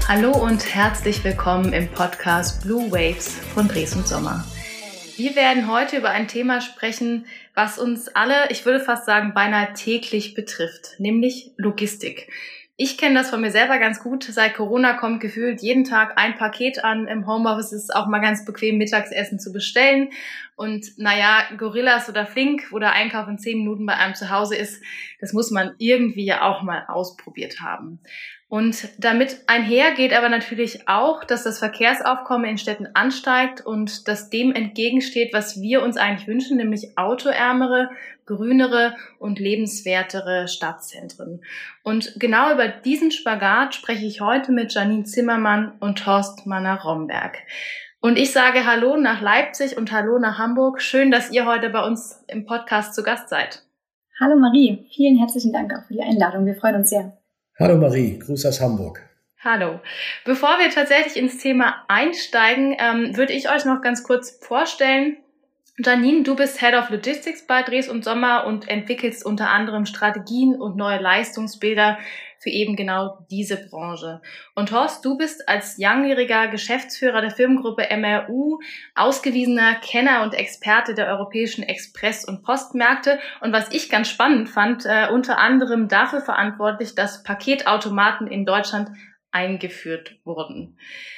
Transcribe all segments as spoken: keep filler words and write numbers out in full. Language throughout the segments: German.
Hallo und herzlich willkommen im Podcast Blue Waves von Dres und Sommer. Wir werden heute über ein Thema sprechen, was uns alle, ich würde fast sagen, beinahe täglich betrifft, nämlich Logistik. Ich kenne das von mir selber ganz gut. Seit Corona kommt gefühlt jeden Tag ein Paket an. Im Homeoffice ist es auch mal ganz bequem, Mittagsessen zu bestellen. Und naja, Gorillas oder Flink, wo der Einkauf in zehn Minuten bei einem zu Hause ist, das muss man irgendwie ja auch mal ausprobiert haben. Und damit einher geht aber natürlich auch, dass das Verkehrsaufkommen in Städten ansteigt und das dem entgegensteht, was wir uns eigentlich wünschen, nämlich autoärmere, grünere und lebenswertere Stadtzentren. Und genau über diesen Spagat spreche ich heute mit Janine Zimmermann und Horst Manner-Romberg. Und ich sage Hallo nach Leipzig und Hallo nach Hamburg. Schön, dass ihr heute bei uns im Podcast zu Gast seid. Hallo Marie, vielen herzlichen Dank auch für die Einladung. Wir freuen uns sehr. Hallo Marie, Gruß aus Hamburg. Hallo. Bevor wir tatsächlich ins Thema einsteigen, ähm, würde ich euch noch ganz kurz vorstellen. Janine, du bist Head of Logistics bei Dres und Sommer und entwickelst unter anderem Strategien und neue Leistungsbilder für eben genau diese Branche. Und Horst, du bist als langjähriger Geschäftsführer der Firmengruppe M R U ausgewiesener Kenner und Experte der europäischen Express- und Postmärkte und was ich ganz spannend fand, äh, unter anderem dafür verantwortlich, dass Paketautomaten in Deutschland eingeführt wurden.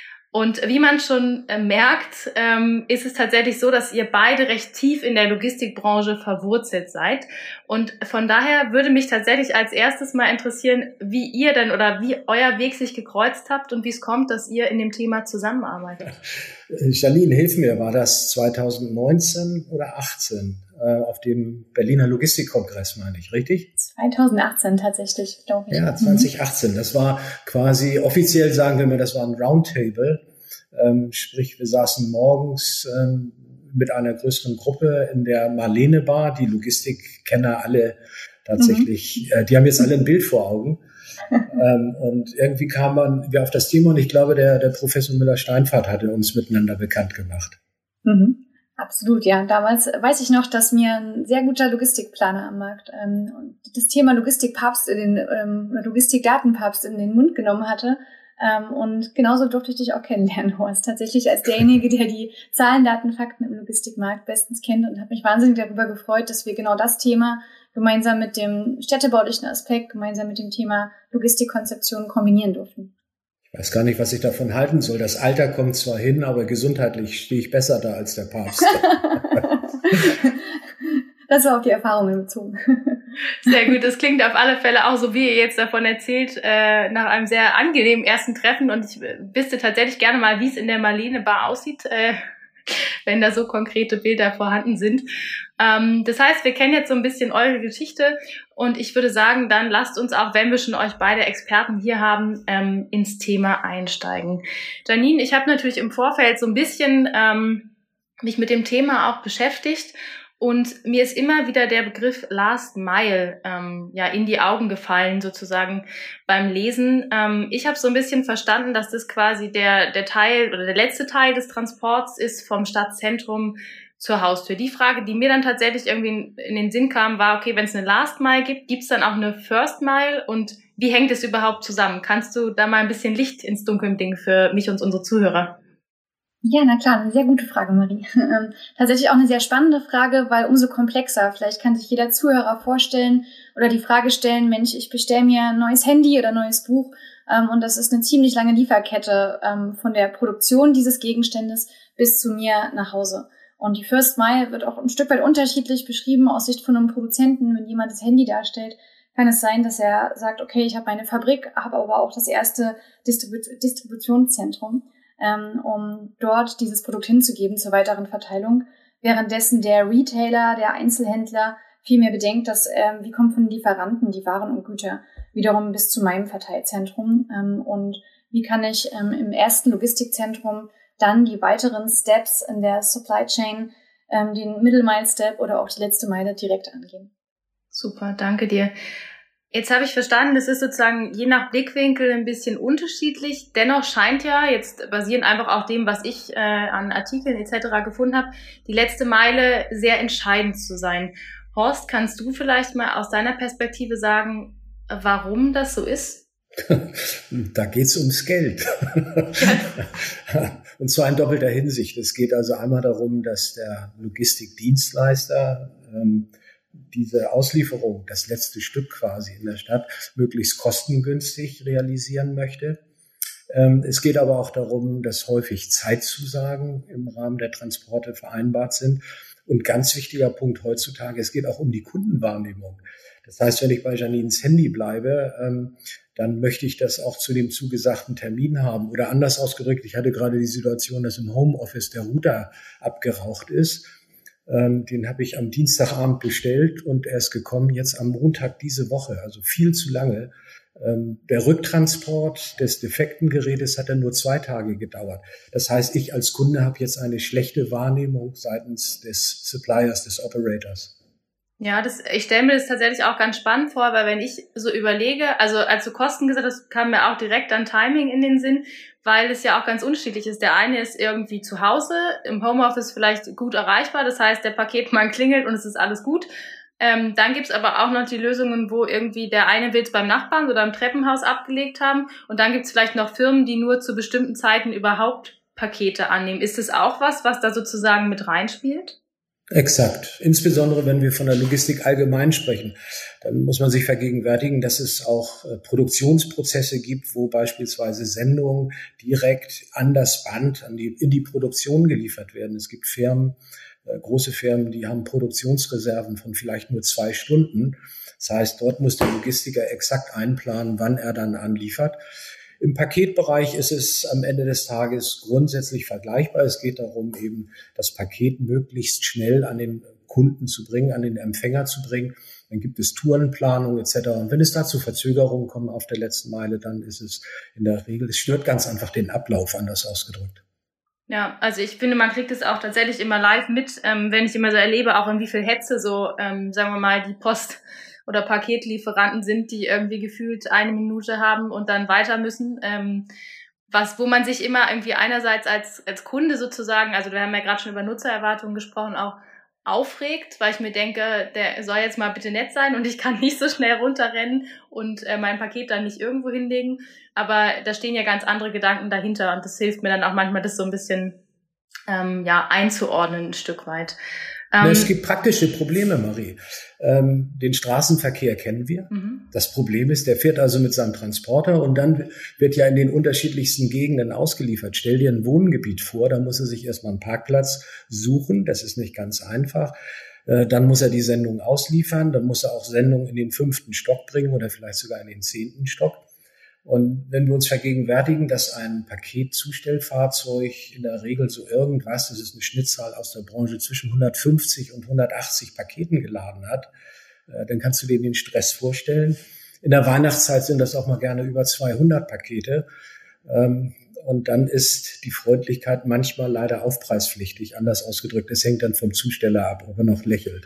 Und wie man schon äh, merkt, ähm, ist es tatsächlich so, dass ihr beide recht tief in der Logistikbranche verwurzelt seid. Und von daher würde mich tatsächlich als erstes mal interessieren, wie ihr denn oder wie euer Weg sich gekreuzt habt und wie es kommt, dass ihr in dem Thema zusammenarbeitet. Janine, hilf mir, war das zwanzig neunzehn oder achtzehn äh, auf dem Berliner Logistikkongress, meine ich, richtig? zwanzig achtzehn tatsächlich, glaube ich. Ja, zwanzig achtzehn. Das war quasi, offiziell sagen wir mir, das war ein Roundtable. Ähm, sprich, wir saßen morgens ähm, mit einer größeren Gruppe in der Marlene Bar. Die Logistikkenner alle tatsächlich, mhm. äh, die haben jetzt alle ein Bild vor Augen. ähm, und irgendwie kam man wir auf das Thema und ich glaube, der, der Professor Müller-Steinfahrt hatte uns miteinander bekannt gemacht. Mhm. Absolut, ja. Damals weiß ich noch, dass mir ein sehr guter Logistikplaner am Markt ähm, das Thema Logistikpapst in den ähm, Logistikdatenpapst in den Mund genommen hatte. Ähm, und genauso durfte ich dich auch kennenlernen, Horst. Tatsächlich als derjenige, der die Zahlen, Daten, Fakten im Logistikmarkt bestens kennt und habe mich wahnsinnig darüber gefreut, dass wir genau das Thema gemeinsam mit dem städtebaulichen Aspekt, gemeinsam mit dem Thema Logistikkonzeption kombinieren durften. Ich weiß gar nicht, was ich davon halten soll. Das Alter kommt zwar hin, aber gesundheitlich stehe ich besser da als der Papst. Das war auf die Erfahrungen bezogen. Sehr gut, das klingt auf alle Fälle auch so, wie ihr jetzt davon erzählt, äh, nach einem sehr angenehmen ersten Treffen. Und ich wüsste tatsächlich gerne mal, wie es in der Marlene Bar aussieht, äh, wenn da so konkrete Bilder vorhanden sind. Ähm, das heißt, wir kennen jetzt so ein bisschen eure Geschichte und ich würde sagen, dann lasst uns auch, wenn wir schon euch beide Experten hier haben, ähm, ins Thema einsteigen. Janine, ich habe natürlich im Vorfeld so ein bisschen ähm, mich mit dem Thema auch beschäftigt und mir ist immer wieder der Begriff Last Mile ähm, ja in die Augen gefallen sozusagen beim Lesen. Ähm, ich habe so ein bisschen verstanden, dass das quasi der der Teil oder der letzte Teil des Transports ist vom Stadtzentrum zur Haustür. Die Frage, die mir dann tatsächlich irgendwie in, in den Sinn kam, war, okay, wenn es eine Last Mile gibt, gibt es dann auch eine First Mile und wie hängt es überhaupt zusammen? Kannst du da mal ein bisschen Licht ins Dunkeln bringen für mich und unsere Zuhörer? Ja, na klar, eine sehr gute Frage, Marie. Ähm, tatsächlich auch eine sehr spannende Frage, weil umso komplexer. Vielleicht kann sich jeder Zuhörer vorstellen oder die Frage stellen, Mensch, ich bestelle mir ein neues Handy oder ein neues Buch ähm, und das ist eine ziemlich lange Lieferkette ähm, von der Produktion dieses Gegenstandes bis zu mir nach Hause. Und die First Mile wird auch ein Stück weit unterschiedlich beschrieben aus Sicht von einem Produzenten. Wenn jemand das Handy darstellt, kann es sein, dass er sagt, okay, ich habe meine Fabrik, habe aber auch das erste Distribu- Distributionszentrum, ähm, um dort dieses Produkt hinzugeben zur weiteren Verteilung. Währenddessen der Retailer, der Einzelhändler vielmehr bedenkt, dass ähm, wie kommen von den Lieferanten die Waren und Güter wiederum bis zu meinem Verteilzentrum ähm, und wie kann ich ähm, im ersten Logistikzentrum dann die weiteren Steps in der Supply Chain, ähm, den Middle Mile Step oder auch die letzte Meile direkt angehen. Super, danke dir. Jetzt habe ich verstanden, das ist sozusagen je nach Blickwinkel ein bisschen unterschiedlich. Dennoch scheint ja, jetzt basierend einfach auf dem, was ich äh, an Artikeln et cetera gefunden habe, die letzte Meile sehr entscheidend zu sein. Horst, kannst du vielleicht mal aus deiner Perspektive sagen, warum das so ist? Da geht's ums Geld. Und zwar in doppelter Hinsicht. Es geht also einmal darum, dass der Logistikdienstleister ähm, diese Auslieferung, das letzte Stück quasi in der Stadt, möglichst kostengünstig realisieren möchte. Ähm, es geht aber auch darum, dass häufig Zeitzusagen im Rahmen der Transporte vereinbart sind. Und ganz wichtiger Punkt heutzutage, es geht auch um die Kundenwahrnehmung. Das heißt, wenn ich bei Janines Handy bleibe, ähm, dann möchte ich das auch zu dem zugesagten Termin haben. Oder anders ausgedrückt, ich hatte gerade die Situation, dass im Homeoffice der Router abgeraucht ist. Ähm, den habe ich am Dienstagabend bestellt und er ist gekommen jetzt am Montag diese Woche, also viel zu lange. Ähm, der Rücktransport des defekten Gerätes hat dann nur zwei Tage gedauert. Das heißt, ich als Kunde habe jetzt eine schlechte Wahrnehmung seitens des Suppliers, des Operators. Ja, das, ich stelle mir das tatsächlich auch ganz spannend vor, weil wenn ich so überlege, also als du Kosten gesagt hast, kam mir auch direkt an Timing in den Sinn, weil es ja auch ganz unterschiedlich ist. Der eine ist irgendwie zu Hause, im Homeoffice vielleicht gut erreichbar, das heißt, der Paketmann klingelt und es ist alles gut. Ähm, dann gibt's aber auch noch die Lösungen, wo irgendwie der eine will es beim Nachbarn oder im Treppenhaus abgelegt haben und dann gibt's vielleicht noch Firmen, die nur zu bestimmten Zeiten überhaupt Pakete annehmen. Ist das auch was, was da sozusagen mit reinspielt? Exakt. Insbesondere, wenn wir von der Logistik allgemein sprechen, dann muss man sich vergegenwärtigen, dass es auch äh, Produktionsprozesse gibt, wo beispielsweise Sendungen direkt an das Band, an die, in die Produktion geliefert werden. Es gibt Firmen, äh, große Firmen, die haben Produktionsreserven von vielleicht nur zwei Stunden. Das heißt, dort muss der Logistiker exakt einplanen, wann er dann anliefert. Im Paketbereich ist es am Ende des Tages grundsätzlich vergleichbar. Es geht darum, eben das Paket möglichst schnell an den Kunden zu bringen, an den Empfänger zu bringen. Dann gibt es Tourenplanung et cetera. Und wenn es da zu Verzögerungen kommt auf der letzten Meile, dann ist es in der Regel, es stört ganz einfach den Ablauf, anders ausgedrückt. Ja, also ich finde, man kriegt es auch tatsächlich immer live mit, ähm, wenn ich immer so erlebe, auch in wie viel Hetze so, ähm, sagen wir mal, die Post oder Paketlieferanten sind, die irgendwie gefühlt eine Minute haben und dann weiter müssen. Ähm, was, wo man sich immer irgendwie einerseits als als Kunde sozusagen, also wir haben ja gerade schon über Nutzererwartungen gesprochen, auch aufregt, weil ich mir denke, der soll jetzt mal bitte nett sein und ich kann nicht so schnell runterrennen und äh, mein Paket dann nicht irgendwo hinlegen. Aber da stehen ja ganz andere Gedanken dahinter und das hilft mir dann auch manchmal, das so ein bisschen ähm, ja einzuordnen ein Stück weit. Na, es gibt praktische Probleme, Marie. Ähm, den Straßenverkehr kennen wir. Mhm. Das Problem ist, der fährt also mit seinem Transporter und dann wird ja in den unterschiedlichsten Gegenden ausgeliefert. Stell dir ein Wohngebiet vor, da muss er sich erstmal einen Parkplatz suchen. Das ist nicht ganz einfach. Äh, dann muss er die Sendung ausliefern. Dann muss er auch Sendungen in den fünften Stock bringen oder vielleicht sogar in den zehnten Stock. Und wenn wir uns vergegenwärtigen, dass ein Paketzustellfahrzeug in der Regel so irgendwas, das ist eine Schnittzahl aus der Branche, zwischen hundertfünfzig und hundertachtzig Paketen geladen hat, dann kannst du dir den Stress vorstellen. In der Weihnachtszeit sind das auch mal gerne über zweihundert Pakete. Und dann ist die Freundlichkeit manchmal leider aufpreispflichtig, anders ausgedrückt. Es hängt dann vom Zusteller ab, ob er noch lächelt.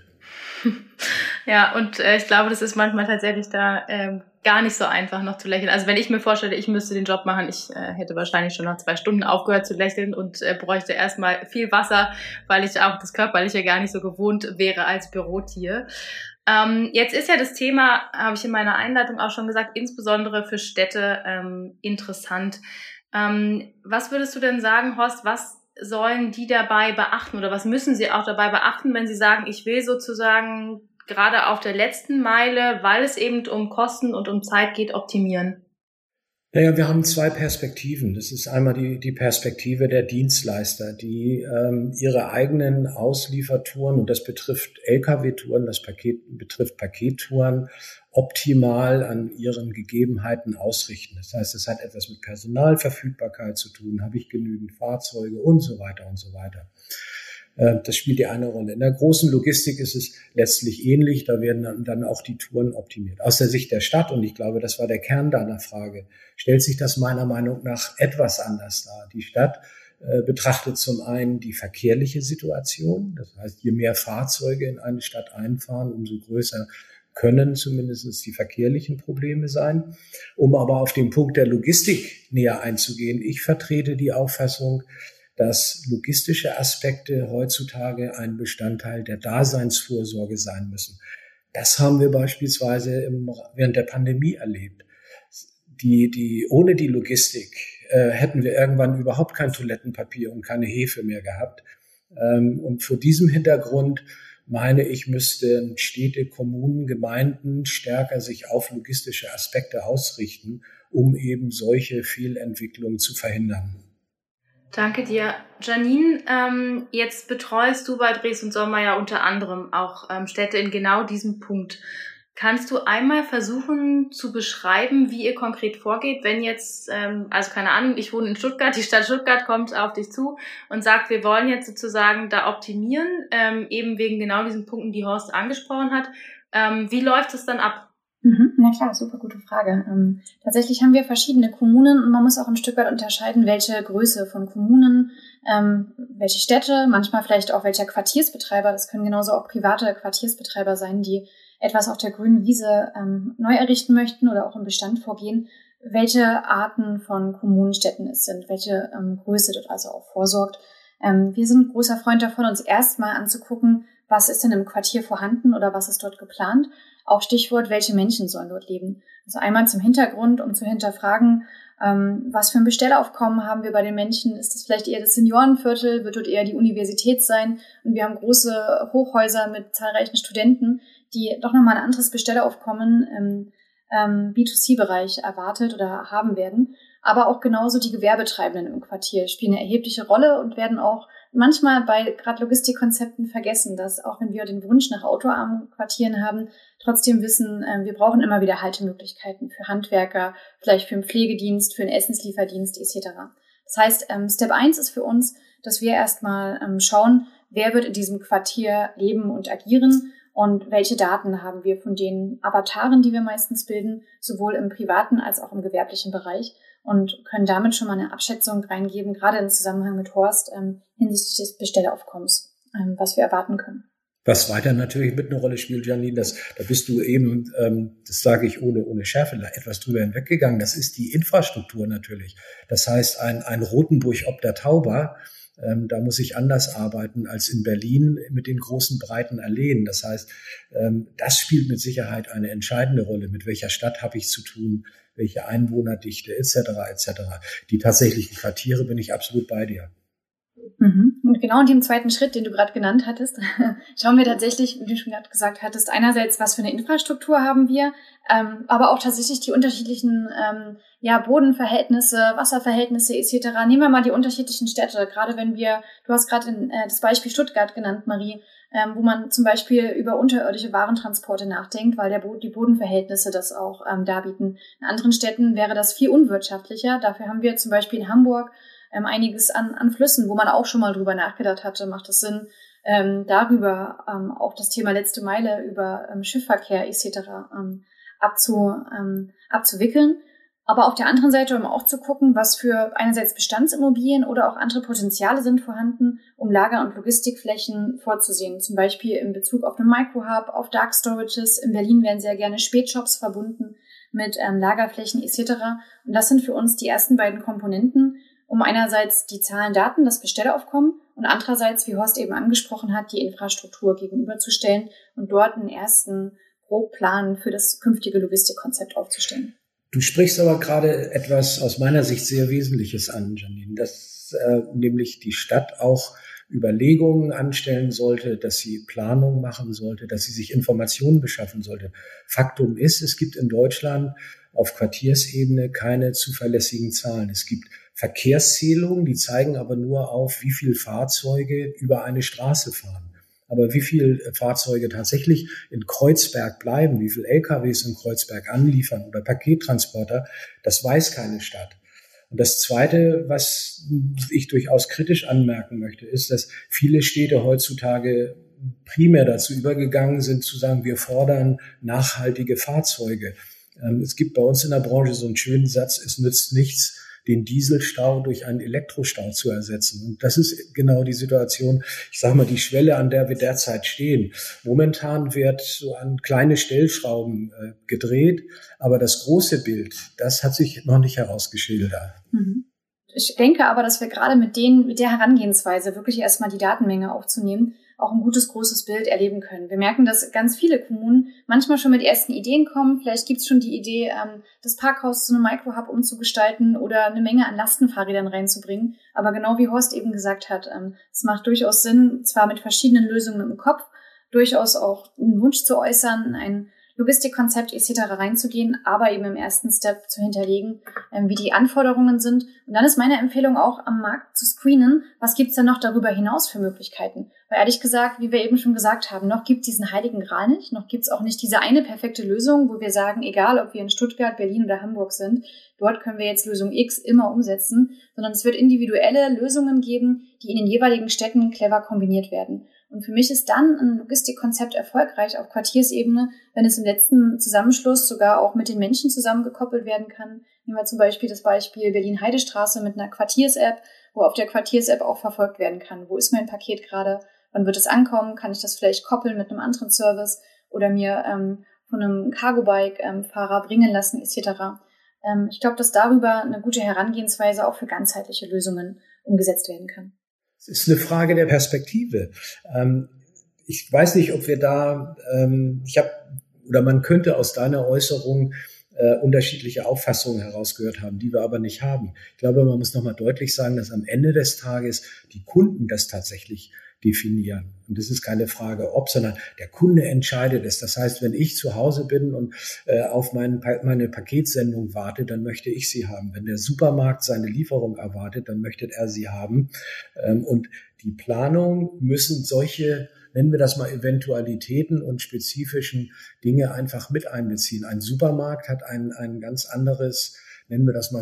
Ja, und äh, ich glaube, das ist manchmal tatsächlich da ähm, gar nicht so einfach noch zu lächeln. Also wenn ich mir vorstelle, ich müsste den Job machen, ich äh, hätte wahrscheinlich schon nach zwei Stunden aufgehört zu lächeln und äh, bräuchte erstmal viel Wasser, weil ich auch das Körperliche gar nicht so gewohnt wäre als Bürotier. Ähm, jetzt ist ja das Thema, habe ich in meiner Einleitung auch schon gesagt, insbesondere für Städte ähm, interessant. Ähm, was würdest du denn sagen, Horst, was sollen die dabei beachten oder was müssen sie auch dabei beachten, wenn sie sagen, ich will sozusagen gerade auf der letzten Meile, weil es eben um Kosten und um Zeit geht, optimieren? Naja, wir haben zwei Perspektiven. Das ist einmal die, die Perspektive der Dienstleister, die ähm, ihre eigenen Ausliefertouren, und das betrifft L K W-Touren, das Paket, betrifft Pakettouren, optimal an ihren Gegebenheiten ausrichten. Das heißt, es hat etwas mit Personalverfügbarkeit zu tun, habe ich genügend Fahrzeuge und so weiter und so weiter. Das spielt die eine Rolle. In der großen Logistik ist es letztlich ähnlich. Da werden dann auch die Touren optimiert. Aus der Sicht der Stadt, und ich glaube, das war der Kern deiner Frage, stellt sich das meiner Meinung nach etwas anders dar. Die Stadt äh, betrachtet zum einen die verkehrliche Situation. Das heißt, je mehr Fahrzeuge in eine Stadt einfahren, umso größer können zumindest die verkehrlichen Probleme sein. Um aber auf den Punkt der Logistik näher einzugehen, ich vertrete die Auffassung, dass logistische Aspekte heutzutage ein Bestandteil der Daseinsvorsorge sein müssen. Das haben wir beispielsweise im, während der Pandemie erlebt. die, die, ohne die Logistik äh, hätten wir irgendwann überhaupt kein Toilettenpapier und keine Hefe mehr gehabt. Ähm, und vor diesem Hintergrund meine ich, müssten Städte, Kommunen, Gemeinden stärker sich auf logistische Aspekte ausrichten, um eben solche Fehlentwicklungen zu verhindern. Danke dir. Janine, ähm, jetzt betreust du bei Dres und Sommer ja unter anderem auch ähm, Städte in genau diesem Punkt. Kannst du einmal versuchen zu beschreiben, wie ihr konkret vorgeht, wenn jetzt, ähm, also keine Ahnung, ich wohne in Stuttgart, die Stadt Stuttgart kommt auf dich zu und sagt, wir wollen jetzt sozusagen da optimieren, ähm, eben wegen genau diesen Punkten, die Horst angesprochen hat. Ähm, wie läuft es dann ab? Mhm, na klar, super gute Frage. Ähm, tatsächlich haben wir verschiedene Kommunen und man muss auch ein Stück weit unterscheiden, welche Größe von Kommunen, ähm, welche Städte, manchmal vielleicht auch welcher Quartiersbetreiber, das können genauso auch private Quartiersbetreiber sein, die etwas auf der grünen Wiese ähm, neu errichten möchten oder auch im Bestand vorgehen, welche Arten von Kommunenstädten es sind, welche ähm, Größe dort also auch vorsorgt. Ähm, wir sind großer Freund davon, uns erstmal anzugucken, was ist denn im Quartier vorhanden oder was ist dort geplant. Auch Stichwort, welche Menschen sollen dort leben. Also einmal zum Hintergrund, um zu hinterfragen, ähm, was für ein Bestellaufkommen haben wir bei den Menschen. Ist das vielleicht eher das Seniorenviertel? Wird dort eher die Universität sein? Und wir haben große Hochhäuser mit zahlreichen Studenten, die doch nochmal ein anderes Bestellaufkommen im ähm, B zwei C-Bereich erwartet oder haben werden. Aber auch genauso die Gewerbetreibenden im Quartier spielen eine erhebliche Rolle und werden auch manchmal bei gerade Logistikkonzepten vergessen, dass auch wenn wir den Wunsch nach autoarmen Quartieren haben, trotzdem wissen, äh, wir brauchen immer wieder Haltemöglichkeiten für Handwerker, vielleicht für einen Pflegedienst, für einen Essenslieferdienst et cetera. Das heißt, ähm, Step eins ist für uns, dass wir erstmal ähm, schauen, wer wird in diesem Quartier leben und agieren und welche Daten haben wir von den Avataren, die wir meistens bilden, sowohl im privaten als auch im gewerblichen Bereich und können damit schon mal eine Abschätzung reingeben, gerade im Zusammenhang mit Horst ähm, hinsichtlich des Bestellaufkommens, ähm, was wir erwarten können. Was weiter natürlich mit einer Rolle spielt, Janine, das, da bist du eben, ähm, das sage ich ohne, ohne Schärfe, etwas drüber hinweggegangen, das ist die Infrastruktur natürlich. Das heißt, ein, ein Rotenburg ob der Tauber, ähm, da muss ich anders arbeiten als in Berlin mit den großen, breiten Alleen. Das heißt, ähm, das spielt mit Sicherheit eine entscheidende Rolle. Mit welcher Stadt habe ich zu tun, welche Einwohnerdichte et cetera et cetera. Die tatsächlichen Quartiere bin ich absolut bei dir. Mhm. Und genau in dem zweiten Schritt, den du gerade genannt hattest, schauen wir tatsächlich, wie du schon gerade gesagt hattest, einerseits, was für eine Infrastruktur haben wir, ähm, aber auch tatsächlich die unterschiedlichen ähm, ja, Bodenverhältnisse, Wasserverhältnisse et cetera. Nehmen wir mal die unterschiedlichen Städte, gerade wenn wir, du hast gerade äh, das Beispiel Stuttgart genannt, Marie, ähm, wo man zum Beispiel über unterirdische Warentransporte nachdenkt, weil der Bo- die Bodenverhältnisse das auch ähm, darbieten. In anderen Städten wäre das viel unwirtschaftlicher. Dafür haben wir zum Beispiel in Hamburg Ähm, einiges an, an Flüssen, wo man auch schon mal drüber nachgedacht hatte, macht es Sinn, ähm, darüber ähm, auch das Thema letzte Meile über ähm, Schiffverkehr et cetera ähm, abzu, ähm, abzuwickeln. Aber auf der anderen Seite, um auch zu gucken, was für einerseits Bestandsimmobilien oder auch andere Potenziale sind vorhanden, um Lager- und Logistikflächen vorzusehen. Zum Beispiel in Bezug auf einen Microhub, auf Dark Storages. In Berlin werden sehr gerne Spätshops verbunden mit ähm, Lagerflächen et cetera. Und das sind für uns die ersten beiden Komponenten, um einerseits die Zahlen, Daten, das Bestellaufkommen und andererseits, wie Horst eben angesprochen hat, die Infrastruktur gegenüberzustellen und dort einen ersten Grobplan für das künftige Logistikkonzept aufzustellen. Du sprichst aber gerade etwas aus meiner Sicht sehr Wesentliches an, Janine, dass äh, nämlich die Stadt auch Überlegungen anstellen sollte, dass sie Planung machen sollte, dass sie sich Informationen beschaffen sollte. Faktum ist, es gibt in Deutschland auf Quartiersebene keine zuverlässigen Zahlen. Es gibt Verkehrszählungen, die zeigen aber nur auf, wie viele Fahrzeuge über eine Straße fahren. Aber wie viele Fahrzeuge tatsächlich in Kreuzberg bleiben, wie viele L K Ws in Kreuzberg anliefern oder Pakettransporter, das weiß keine Stadt. Und das Zweite, was ich durchaus kritisch anmerken möchte, ist, dass viele Städte heutzutage primär dazu übergegangen sind, zu sagen, wir fordern nachhaltige Fahrzeuge. Es gibt bei uns in der Branche so einen schönen Satz, es nützt nichts, den Dieselstau durch einen Elektrostau zu ersetzen. Und das ist genau die Situation, ich sage mal, die Schwelle, an der wir derzeit stehen. Momentan wird so an kleine Stellschrauben äh, gedreht, aber das große Bild, das hat sich noch nicht herausgeschildert. Mhm. Ich denke aber, dass wir gerade mit denen, mit der Herangehensweise wirklich erstmal die Datenmenge aufzunehmen, auch ein gutes, großes Bild erleben können. Wir merken, dass ganz viele Kommunen manchmal schon mit ersten Ideen kommen. Vielleicht gibt es schon die Idee, das Parkhaus zu einem Microhub umzugestalten oder eine Menge an Lastenfahrrädern reinzubringen. Aber genau wie Horst eben gesagt hat, es macht durchaus Sinn, zwar mit verschiedenen Lösungen im Kopf, durchaus auch einen Wunsch zu äußern, ein Logistikkonzept et cetera reinzugehen, aber eben im ersten Step zu hinterlegen, ähm, wie die Anforderungen sind. Und dann ist meine Empfehlung auch, am Markt zu screenen, was gibt's denn noch darüber hinaus für Möglichkeiten? Weil ehrlich gesagt, wie wir eben schon gesagt haben, noch gibt's diesen heiligen Gral nicht, noch gibt's auch nicht diese eine perfekte Lösung, wo wir sagen, egal ob wir in Stuttgart, Berlin oder Hamburg sind, dort können wir jetzt Lösung X immer umsetzen, sondern es wird individuelle Lösungen geben, die in den jeweiligen Städten clever kombiniert werden. Und für mich ist dann ein Logistikkonzept erfolgreich auf Quartiersebene, wenn es im letzten Zusammenschluss sogar auch mit den Menschen zusammengekoppelt werden kann. Nehmen wir zum Beispiel das Beispiel Berlin-Heidestraße mit einer Quartiers-App, wo auf der Quartiers-App auch verfolgt werden kann. Wo ist mein Paket gerade? Wann wird es ankommen? Kann ich das vielleicht koppeln mit einem anderen Service oder mir ähm, von einem Cargo-Bike-Fahrer ähm, bringen lassen et cetera. Ähm, ich glaube, dass darüber eine gute Herangehensweise auch für ganzheitliche Lösungen umgesetzt werden kann. Es ist eine Frage der Perspektive. Ähm, ich weiß nicht, ob wir da, ähm, ich habe, oder man könnte aus deiner Äußerung äh, unterschiedliche Auffassungen herausgehört haben, die wir aber nicht haben. Ich glaube, man muss nochmal deutlich sagen, dass am Ende des Tages die Kunden das tatsächlich definieren. Und das ist keine Frage ob, sondern der Kunde entscheidet es. Das heißt, wenn ich zu Hause bin und äh, auf mein, meine Paketsendung warte, dann möchte ich sie haben. Wenn der Supermarkt seine Lieferung erwartet, dann möchte er sie haben. Ähm, und die Planung müssen solche, nennen wir das mal, Eventualitäten und spezifischen Dinge einfach mit einbeziehen. Ein Supermarkt hat ein, ein ganz anderes, nennen wir das mal,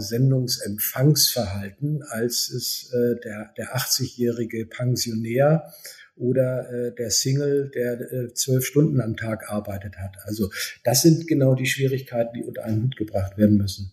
Sendungsempfangsverhalten, als es äh, der, der achtzigjährige Pensionär oder äh, der Single, der äh, zwölf Stunden am Tag arbeitet hat. Also das sind genau die Schwierigkeiten, die unter einen Hut gebracht werden müssen.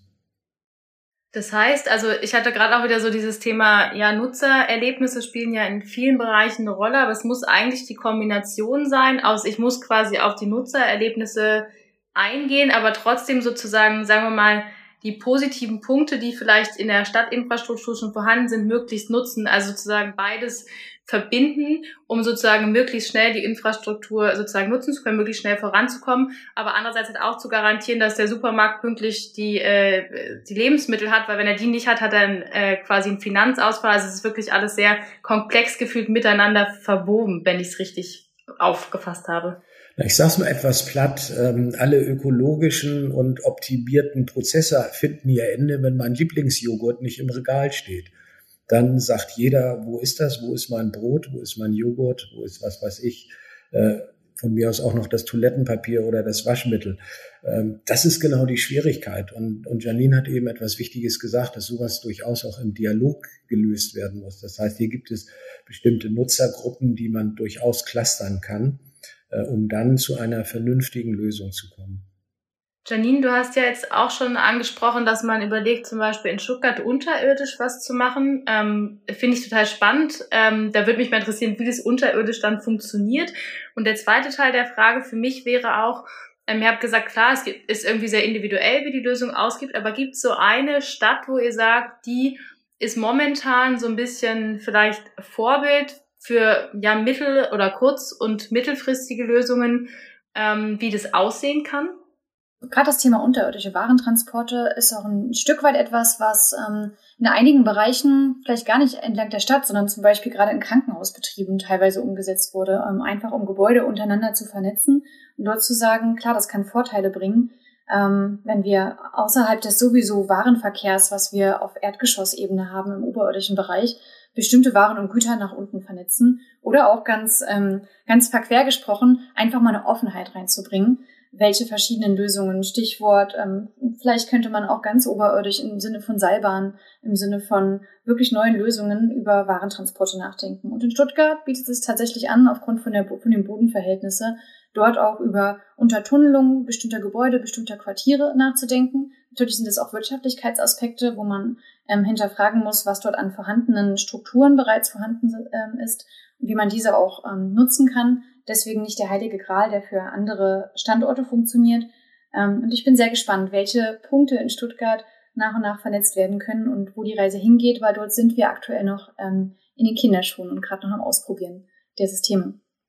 Das heißt, also ich hatte gerade auch wieder so dieses Thema, ja, Nutzererlebnisse spielen ja in vielen Bereichen eine Rolle, aber es muss eigentlich die Kombination sein aus, ich muss quasi auf die Nutzererlebnisse eingehen, aber trotzdem sozusagen, sagen wir mal, die positiven Punkte, die vielleicht in der Stadtinfrastruktur schon vorhanden sind, möglichst nutzen, also sozusagen beides verbinden, um sozusagen möglichst schnell die Infrastruktur sozusagen nutzen zu können, möglichst schnell voranzukommen, aber andererseits halt auch zu garantieren, dass der Supermarkt pünktlich die äh, die Lebensmittel hat, weil wenn er die nicht hat, hat er dann äh, quasi einen Finanzausfall. Also es ist wirklich alles sehr komplex gefühlt miteinander verwoben, wenn ich es richtig aufgefasst habe. Ich sage es mal etwas platt, ähm, alle ökologischen und optimierten Prozesse finden ihr Ende, wenn mein Lieblingsjoghurt nicht im Regal steht. Dann sagt jeder, wo ist das, wo ist mein Brot, wo ist mein Joghurt, wo ist was weiß ich, äh, von mir aus auch noch das Toilettenpapier oder das Waschmittel. Ähm, das ist genau die Schwierigkeit. Und, und Janine hat eben etwas Wichtiges gesagt, dass sowas durchaus auch im Dialog gelöst werden muss. Das heißt, hier gibt es bestimmte Nutzergruppen, die man durchaus clustern kann, um dann zu einer vernünftigen Lösung zu kommen. Janine, du hast ja jetzt auch schon angesprochen, dass man überlegt, zum Beispiel in Stuttgart unterirdisch was zu machen. Ähm, finde ich total spannend. Ähm, da würde mich mal interessieren, wie das unterirdisch dann funktioniert. Und der zweite Teil der Frage für mich wäre auch, ähm, ihr habt gesagt, klar, es gibt, ist irgendwie sehr individuell, wie die Lösung ausgibt, aber gibt es so eine Stadt, wo ihr sagt, die ist momentan so ein bisschen vielleicht Vorbild für ja mittel- oder kurz- und mittelfristige Lösungen, ähm, wie das aussehen kann? Gerade das Thema unterirdische Warentransporte ist auch ein Stück weit etwas, was ähm, in einigen Bereichen vielleicht gar nicht entlang der Stadt, sondern zum Beispiel gerade in Krankenhausbetrieben teilweise umgesetzt wurde, ähm, einfach um Gebäude untereinander zu vernetzen und dort zu sagen, klar, das kann Vorteile bringen, ähm, wenn wir außerhalb des sowieso Warenverkehrs, was wir auf Erdgeschossebene haben im oberirdischen Bereich, bestimmte Waren und Güter nach unten vernetzen oder auch ganz ähm, ganz verquer gesprochen, einfach mal eine Offenheit reinzubringen, welche verschiedenen Lösungen, Stichwort, ähm, vielleicht könnte man auch ganz oberirdisch im Sinne von Seilbahn, im Sinne von wirklich neuen Lösungen über Warentransporte nachdenken. Und in Stuttgart bietet es tatsächlich an, aufgrund von, der, von den Bodenverhältnissen, dort auch über Untertunnelung bestimmter Gebäude, bestimmter Quartiere nachzudenken. Natürlich sind es auch Wirtschaftlichkeitsaspekte, wo man ähm, hinterfragen muss, was dort an vorhandenen Strukturen bereits vorhanden ähm, ist und wie man diese auch ähm, nutzen kann. Deswegen nicht der heilige Gral, der für andere Standorte funktioniert. Ähm, und ich bin sehr gespannt, welche Punkte in Stuttgart nach und nach vernetzt werden können und wo die Reise hingeht, weil dort sind wir aktuell noch ähm, in den Kinderschuhen und gerade noch am Ausprobieren der Systeme.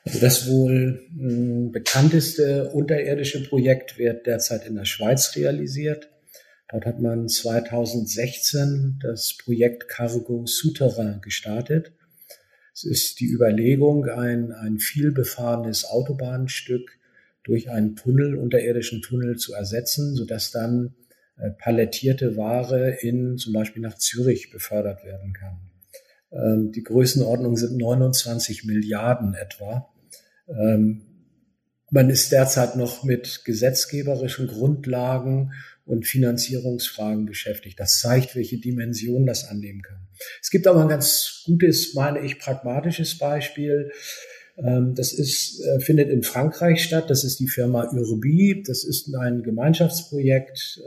Also das wohl mh, bekannteste unterirdische Projekt wird derzeit in der Schweiz realisiert. Dort hat man zweitausendsechzehn das Projekt Cargo Souterrain gestartet. Es ist die Überlegung, ein, ein vielbefahrenes Autobahnstück durch einen Tunnel, unterirdischen Tunnel zu ersetzen, sodass dann äh, palettierte Ware in zum Beispiel nach Zürich befördert werden kann. Ähm, die Größenordnung sind neunundzwanzig Milliarden etwa. Ähm, man ist derzeit noch mit gesetzgeberischen Grundlagen und Finanzierungsfragen beschäftigt. Das zeigt, welche Dimension das annehmen kann. Es gibt aber ein ganz gutes, meine ich, pragmatisches Beispiel. Das ist, findet in Frankreich statt. Das ist die Firma Urbi. Das ist ein Gemeinschaftsprojekt.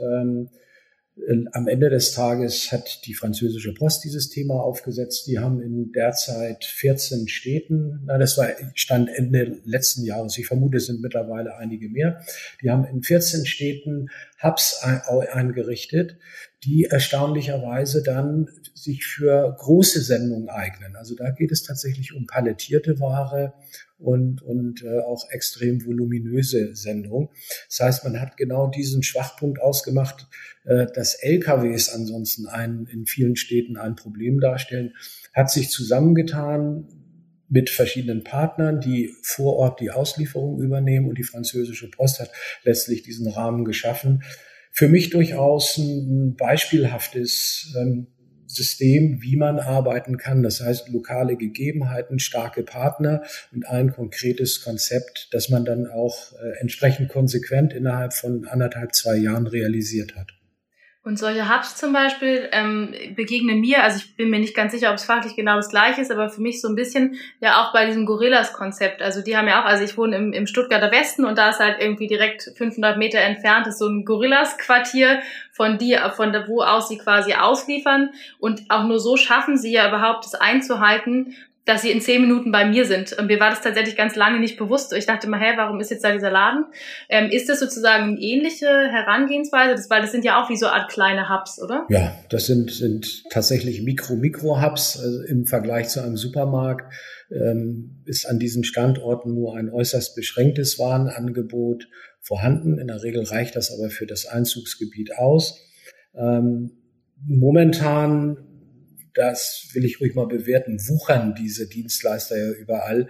Am Ende des Tages hat die französische Post dieses Thema aufgesetzt. Die haben in derzeit vierzehn Städten, na, das war Stand Ende letzten Jahres, ich vermute, es sind mittlerweile einige mehr, die haben in vierzehn Städten Hubs eingerichtet, die erstaunlicherweise dann sich für große Sendungen eignen. Also da geht es tatsächlich um palettierte Ware und, und äh, auch extrem voluminöse Sendungen. Das heißt, man hat genau diesen Schwachpunkt ausgemacht, äh, dass L K Ws ansonsten ein, in vielen Städten ein Problem darstellen, hat sich zusammengetan mit verschiedenen Partnern, die vor Ort die Auslieferung übernehmen, und die französische Post hat letztlich diesen Rahmen geschaffen. Für mich durchaus ein beispielhaftes ähm, System, wie man arbeiten kann. Das heißt, lokale Gegebenheiten, starke Partner und ein konkretes Konzept, das man dann auch äh, entsprechend konsequent innerhalb von anderthalb, zwei Jahren realisiert hat. Und solche Hubs zum Beispiel ähm, begegnen mir, also ich bin mir nicht ganz sicher, ob es fachlich genau das Gleiche ist, aber für mich so ein bisschen ja auch bei diesem Gorillas-Konzept. Also die haben ja auch, also ich wohne im, im Stuttgarter Westen und da ist halt irgendwie direkt fünfhundert Meter entfernt ist so ein Gorillas-Quartier, von die, von da, wo aus sie quasi ausliefern, und auch nur so schaffen sie ja überhaupt das einzuhalten, dass sie in zehn Minuten bei mir sind. Und mir war das tatsächlich ganz lange nicht bewusst. Ich dachte immer, hä, warum ist jetzt da dieser Laden? Ähm, ist das sozusagen eine ähnliche Herangehensweise? Das, weil das sind ja auch wie so eine Art kleine Hubs, oder? Ja, das sind, sind tatsächlich Mikro-Mikro-Hubs. Also im Vergleich zu einem Supermarkt ähm, ist an diesen Standorten nur ein äußerst beschränktes Warenangebot vorhanden. In der Regel reicht das aber für das Einzugsgebiet aus. Ähm, momentan, das will ich ruhig mal bewerten, wuchern diese Dienstleister ja überall.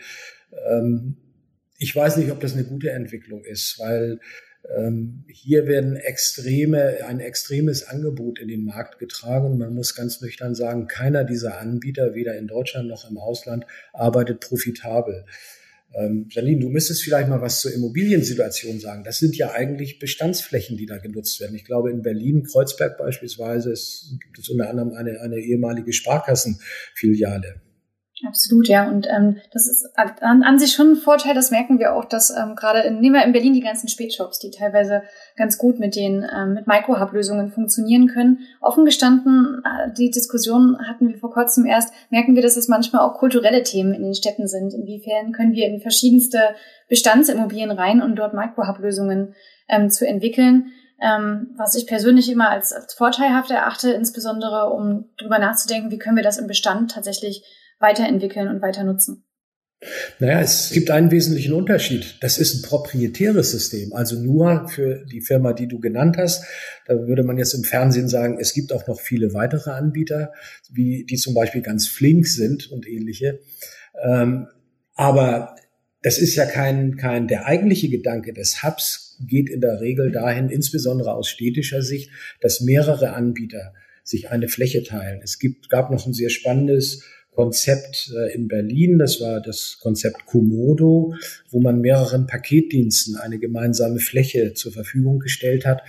Ähm, ich weiß nicht, ob das eine gute Entwicklung ist, weil ähm, hier werden extreme, ein extremes Angebot in den Markt getragen. Und man muss ganz nüchtern sagen, keiner dieser Anbieter, weder in Deutschland noch im Ausland, arbeitet profitabel. Ähm, Janine, du müsstest vielleicht mal was zur Immobiliensituation sagen. Das sind ja eigentlich Bestandsflächen, die da genutzt werden. Ich glaube, in Berlin, Kreuzberg beispielsweise, es gibt es unter anderem eine, eine ehemalige Sparkassenfiliale. Absolut, ja. Und ähm, das ist an, an sich schon ein Vorteil, das merken wir auch, dass ähm, gerade in, nehmen wir in Berlin die ganzen Spätshops, die teilweise ganz gut mit den ähm, mit Micro-Hub-Lösungen funktionieren können. Offen gestanden, äh, die Diskussion hatten wir vor kurzem erst, merken wir, dass es manchmal auch kulturelle Themen in den Städten sind. Inwiefern können wir in verschiedenste Bestandsimmobilien rein und dort Micro-Hub-Lösungen ähm, zu entwickeln. Ähm, was ich persönlich immer als, als vorteilhaft erachte, insbesondere um drüber nachzudenken, wie können wir das im Bestand tatsächlich weiterentwickeln und weiter nutzen. Naja, es gibt einen wesentlichen Unterschied. Das ist ein proprietäres System, also nur für die Firma, die du genannt hast. Da würde man jetzt im Fernsehen sagen, es gibt auch noch viele weitere Anbieter, wie die zum Beispiel ganz flink sind und ähnliche. Ähm, aber das ist ja kein, kein, der eigentliche Gedanke des Hubs geht in der Regel dahin, insbesondere aus städtischer Sicht, dass mehrere Anbieter sich eine Fläche teilen. Es gibt, gab noch ein sehr spannendes Konzept in Berlin, das war das Konzept Komodo, wo man mehreren Paketdiensten eine gemeinsame Fläche zur Verfügung gestellt hat,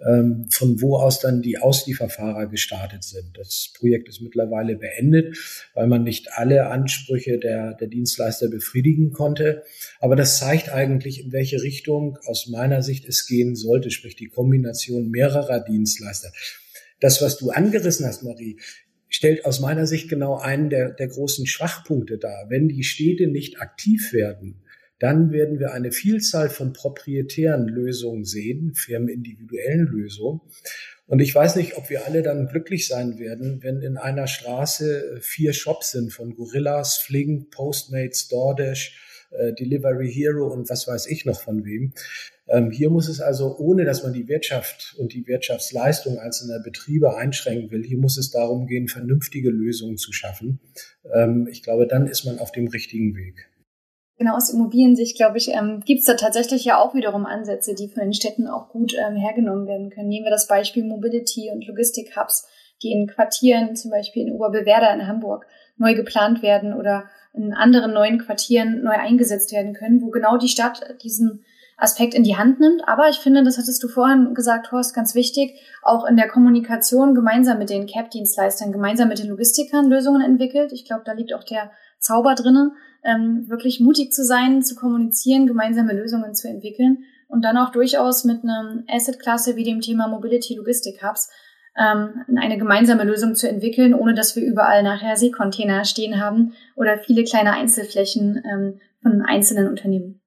von wo aus dann die Auslieferfahrer gestartet sind. Das Projekt ist mittlerweile beendet, weil man nicht alle Ansprüche der, der Dienstleister befriedigen konnte. Aber das zeigt eigentlich, in welche Richtung aus meiner Sicht es gehen sollte, sprich die Kombination mehrerer Dienstleister. Das, was du angerissen hast, Marie, stellt aus meiner Sicht genau einen der, der großen Schwachpunkte dar. Wenn die Städte nicht aktiv werden, dann werden wir eine Vielzahl von proprietären Lösungen sehen, firmenindividuellen Lösungen. Und ich weiß nicht, ob wir alle dann glücklich sein werden, wenn in einer Straße vier Shops sind von Gorillas, Flink, Postmates, DoorDash, äh, Delivery Hero und was weiß ich noch von wem. Ähm, hier muss es also, ohne dass man die Wirtschaft und die Wirtschaftsleistung einzelner Betriebe einschränken will, hier muss es darum gehen, vernünftige Lösungen zu schaffen. Ähm, ich glaube, dann ist man auf dem richtigen Weg. Genau, aus Immobiliensicht, glaube ich, ähm, gibt es da tatsächlich ja auch wiederum Ansätze, die von den Städten auch gut ähm, hergenommen werden können. Nehmen wir das Beispiel Mobility und Logistik-Hubs, die in Quartieren, zum Beispiel in Oberbewerder in Hamburg, neu geplant werden oder in anderen neuen Quartieren neu eingesetzt werden können, wo genau die Stadt diesen Aspekt in die Hand nimmt. Aber ich finde, das hattest du vorhin gesagt, Horst, ganz wichtig, auch in der Kommunikation gemeinsam mit den C A B-Dienstleistern, gemeinsam mit den Logistikern Lösungen entwickelt. Ich glaube, da liegt auch der Zauber drinne, ähm, wirklich mutig zu sein, zu kommunizieren, gemeinsame Lösungen zu entwickeln und dann auch durchaus mit einer Asset-Klasse wie dem Thema Mobility Logistic Hubs ähm, eine gemeinsame Lösung zu entwickeln, ohne dass wir überall nachher Seekontainer stehen haben oder viele kleine Einzelflächen ähm, von einzelnen Unternehmen.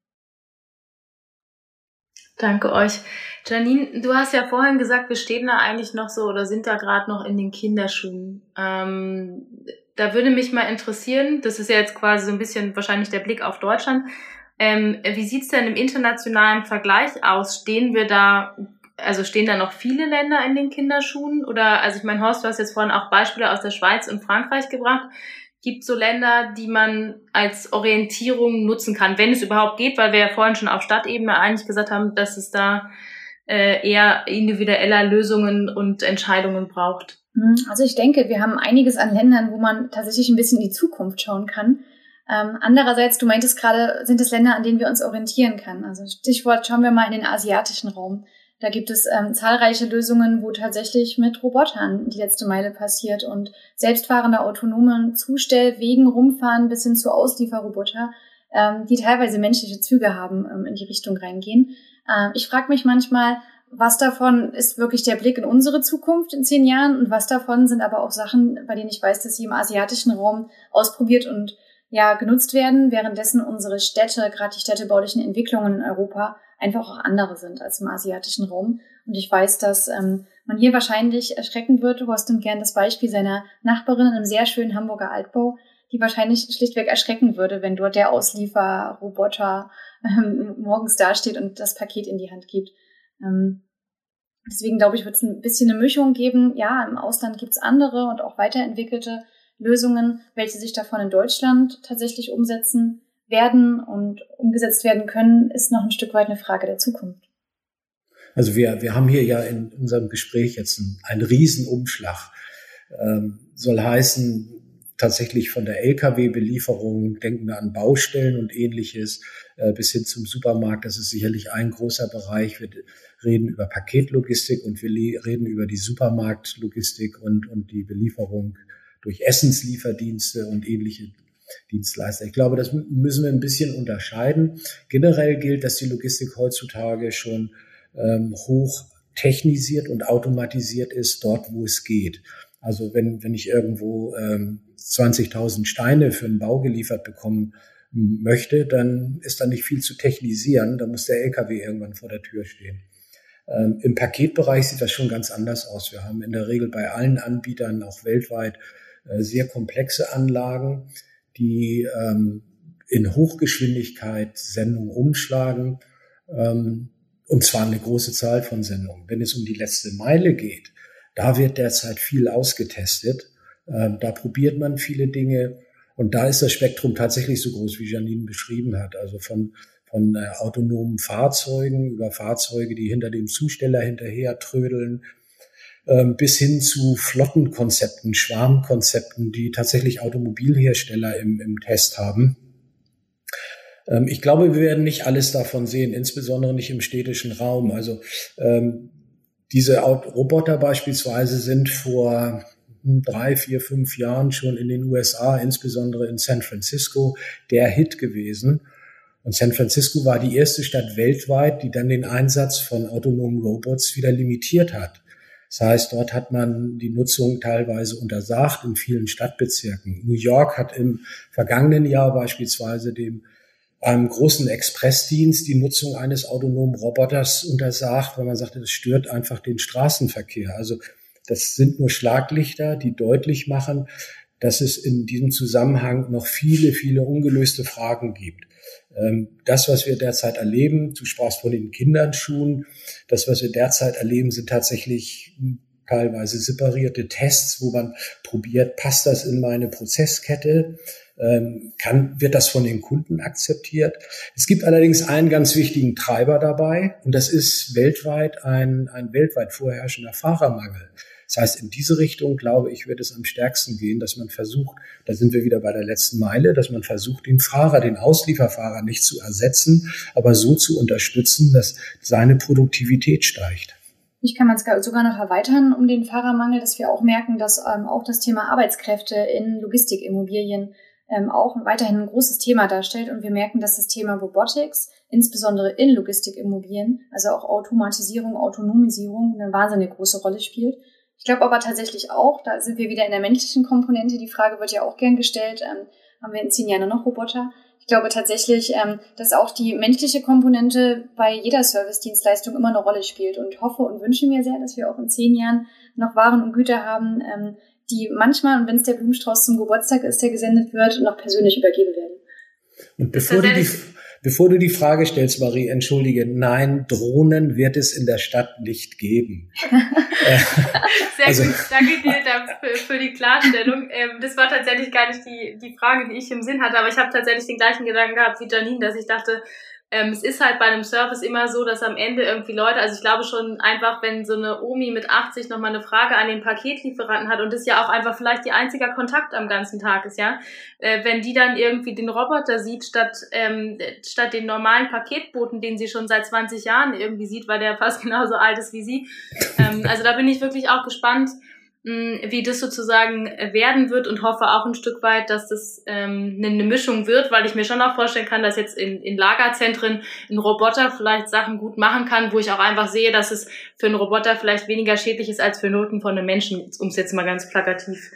Danke euch. Janine, du hast ja vorhin gesagt, wir stehen da eigentlich noch so oder sind da gerade noch in den Kinderschuhen. Ähm, da würde mich mal interessieren, das ist ja jetzt quasi so ein bisschen wahrscheinlich der Blick auf Deutschland, ähm, wie sieht's denn im internationalen Vergleich aus? Stehen wir da, also stehen da noch viele Länder in den Kinderschuhen? Oder, also ich meine, Horst, du hast jetzt vorhin auch Beispiele aus der Schweiz und Frankreich gebracht. Gibt so Länder, die man als Orientierung nutzen kann, wenn es überhaupt geht, weil wir ja vorhin schon auf Stadtebene eigentlich gesagt haben, dass es da äh, eher individueller Lösungen und Entscheidungen braucht. Also ich denke, wir haben einiges an Ländern, wo man tatsächlich ein bisschen in die Zukunft schauen kann. Ähm, andererseits, du meintest gerade, sind es Länder, an denen wir uns orientieren können. Also Stichwort, schauen wir mal in den asiatischen Raum. Da gibt es ähm, zahlreiche Lösungen, wo tatsächlich mit Robotern die letzte Meile passiert und selbstfahrende autonome Zustellwegen rumfahren bis hin zu Auslieferroboter, ähm, die teilweise menschliche Züge haben, ähm, in die Richtung reingehen. Ähm, ich frage mich manchmal, was davon ist wirklich der Blick in unsere Zukunft in zehn Jahren und was davon sind aber auch Sachen, bei denen ich weiß, dass sie im asiatischen Raum ausprobiert und ja genutzt werden, währenddessen unsere Städte, gerade die städtebaulichen Entwicklungen in Europa, einfach auch andere sind als im asiatischen Raum. Und ich weiß, dass ähm, man hier wahrscheinlich erschrecken wird. Horst nimmt gern das Beispiel seiner Nachbarin in einem sehr schönen Hamburger Altbau, die wahrscheinlich schlichtweg erschrecken würde, wenn dort der Auslieferroboter ähm, morgens dasteht und das Paket in die Hand gibt. Ähm, deswegen glaube ich, wird es ein bisschen eine Mischung geben. Ja, im Ausland gibt es andere und auch weiterentwickelte Lösungen, welche sich davon in Deutschland tatsächlich umsetzen werden und umgesetzt werden können, ist noch ein Stück weit eine Frage der Zukunft. Also wir, wir haben hier ja in unserem Gespräch jetzt einen, einen Riesenumschlag. Ähm, soll heißen, tatsächlich von der L K W-Belieferung, denken wir an Baustellen und Ähnliches, äh, bis hin zum Supermarkt. Das ist sicherlich ein großer Bereich. Wir reden über Paketlogistik und wir reden über die Supermarktlogistik und, und die Belieferung durch Essenslieferdienste und ähnliche Dienstleister. Ich glaube, das müssen wir ein bisschen unterscheiden. Generell gilt, dass die Logistik heutzutage schon ähm, hoch technisiert und automatisiert ist, dort, wo es geht. Also wenn, wenn ich irgendwo ähm, zwanzigtausend Steine für einen Bau geliefert bekommen möchte, dann ist da nicht viel zu technisieren. Da muss der L K W irgendwann vor der Tür stehen. Ähm, im Paketbereich sieht das schon ganz anders aus. Wir haben in der Regel bei allen Anbietern, auch weltweit, äh, sehr komplexe Anlagen, die ähm, in Hochgeschwindigkeit Sendungen umschlagen, ähm, und zwar eine große Zahl von Sendungen. Wenn es um die letzte Meile geht, da wird derzeit viel ausgetestet. Ähm, da probiert man viele Dinge und da ist das Spektrum tatsächlich so groß, wie Janine beschrieben hat. Also von, von äh, autonomen Fahrzeugen über Fahrzeuge, die hinter dem Zusteller hinterher trödeln, ähm, bis hin zu Flottenkonzepten, Schwarmkonzepten, die tatsächlich Automobilhersteller im, im Test haben. Ähm, ich glaube, wir werden nicht alles davon sehen, insbesondere nicht im städtischen Raum. Also ähm, diese Roboter beispielsweise sind vor drei, vier, fünf Jahren schon in den U S A, insbesondere in San Francisco, der Hit gewesen. Und San Francisco war die erste Stadt weltweit, die dann den Einsatz von autonomen Robots wieder limitiert hat. Das heißt, dort hat man die Nutzung teilweise untersagt in vielen Stadtbezirken. New York hat im vergangenen Jahr beispielsweise dem einem großen Expressdienst die Nutzung eines autonomen Roboters untersagt, weil man sagte, das stört einfach den Straßenverkehr. Also das sind nur Schlaglichter, die deutlich machen, dass es in diesem Zusammenhang noch viele, viele ungelöste Fragen gibt. Das, was wir derzeit erleben, du sprachst von den Kinderschuhen, das, was wir derzeit erleben, sind tatsächlich teilweise separierte Tests, wo man probiert, passt das in meine Prozesskette, kann, wird das von den Kunden akzeptiert. Es gibt allerdings einen ganz wichtigen Treiber dabei, und das ist weltweit ein, ein weltweit vorherrschender Fahrermangel. Das heißt, in diese Richtung, glaube ich, wird es am stärksten gehen, dass man versucht, da sind wir wieder bei der letzten Meile, dass man versucht, den Fahrer, den Auslieferfahrer nicht zu ersetzen, aber so zu unterstützen, dass seine Produktivität steigt. Ich kann man es sogar noch erweitern um den Fahrermangel, dass wir auch merken, dass ähm, auch das Thema Arbeitskräfte in Logistikimmobilien ähm, auch weiterhin ein großes Thema darstellt. Und wir merken, dass das Thema Robotics, insbesondere in Logistikimmobilien, also auch Automatisierung, Autonomisierung, eine wahnsinnig große Rolle spielt. Ich glaube aber tatsächlich auch, da sind wir wieder in der menschlichen Komponente, die Frage wird ja auch gern gestellt, ähm, haben wir in zehn Jahren nur noch Roboter? Ich glaube tatsächlich, ähm, dass auch die menschliche Komponente bei jeder Service-Dienstleistung immer eine Rolle spielt, und hoffe und wünsche mir sehr, dass wir auch in zehn Jahren noch Waren und Güter haben, ähm, die manchmal, und wenn es der Blumenstrauß zum Geburtstag ist, der gesendet wird, noch persönlich übergeben werden. Und bevor du die Bevor du die Frage stellst, Marie, entschuldige, nein, Drohnen wird es in der Stadt nicht geben. Sehr also, gut, danke dir dafür, für die Klarstellung. Das war tatsächlich gar nicht die, die Frage, die ich im Sinn hatte, aber ich habe tatsächlich den gleichen Gedanken gehabt wie Janine, dass ich dachte, Ähm, es ist halt bei einem Service immer so, dass am Ende irgendwie Leute, also ich glaube schon einfach, wenn so eine Omi mit achtzig nochmal eine Frage an den Paketlieferanten hat und das ja auch einfach vielleicht ihr einziger Kontakt am ganzen Tag ist, ja, äh, wenn die dann irgendwie den Roboter sieht, statt ähm, statt den normalen Paketboten, den sie schon seit zwanzig Jahren irgendwie sieht, weil der fast genauso alt ist wie sie. Ähm, also da bin ich wirklich auch gespannt, wie das sozusagen werden wird, und hoffe auch ein Stück weit, dass das ähm, eine Mischung wird, weil ich mir schon auch vorstellen kann, dass jetzt in, in Lagerzentren ein Roboter vielleicht Sachen gut machen kann, wo ich auch einfach sehe, dass es für einen Roboter vielleicht weniger schädlich ist als für Noten von einem Menschen, um es jetzt mal ganz plakativ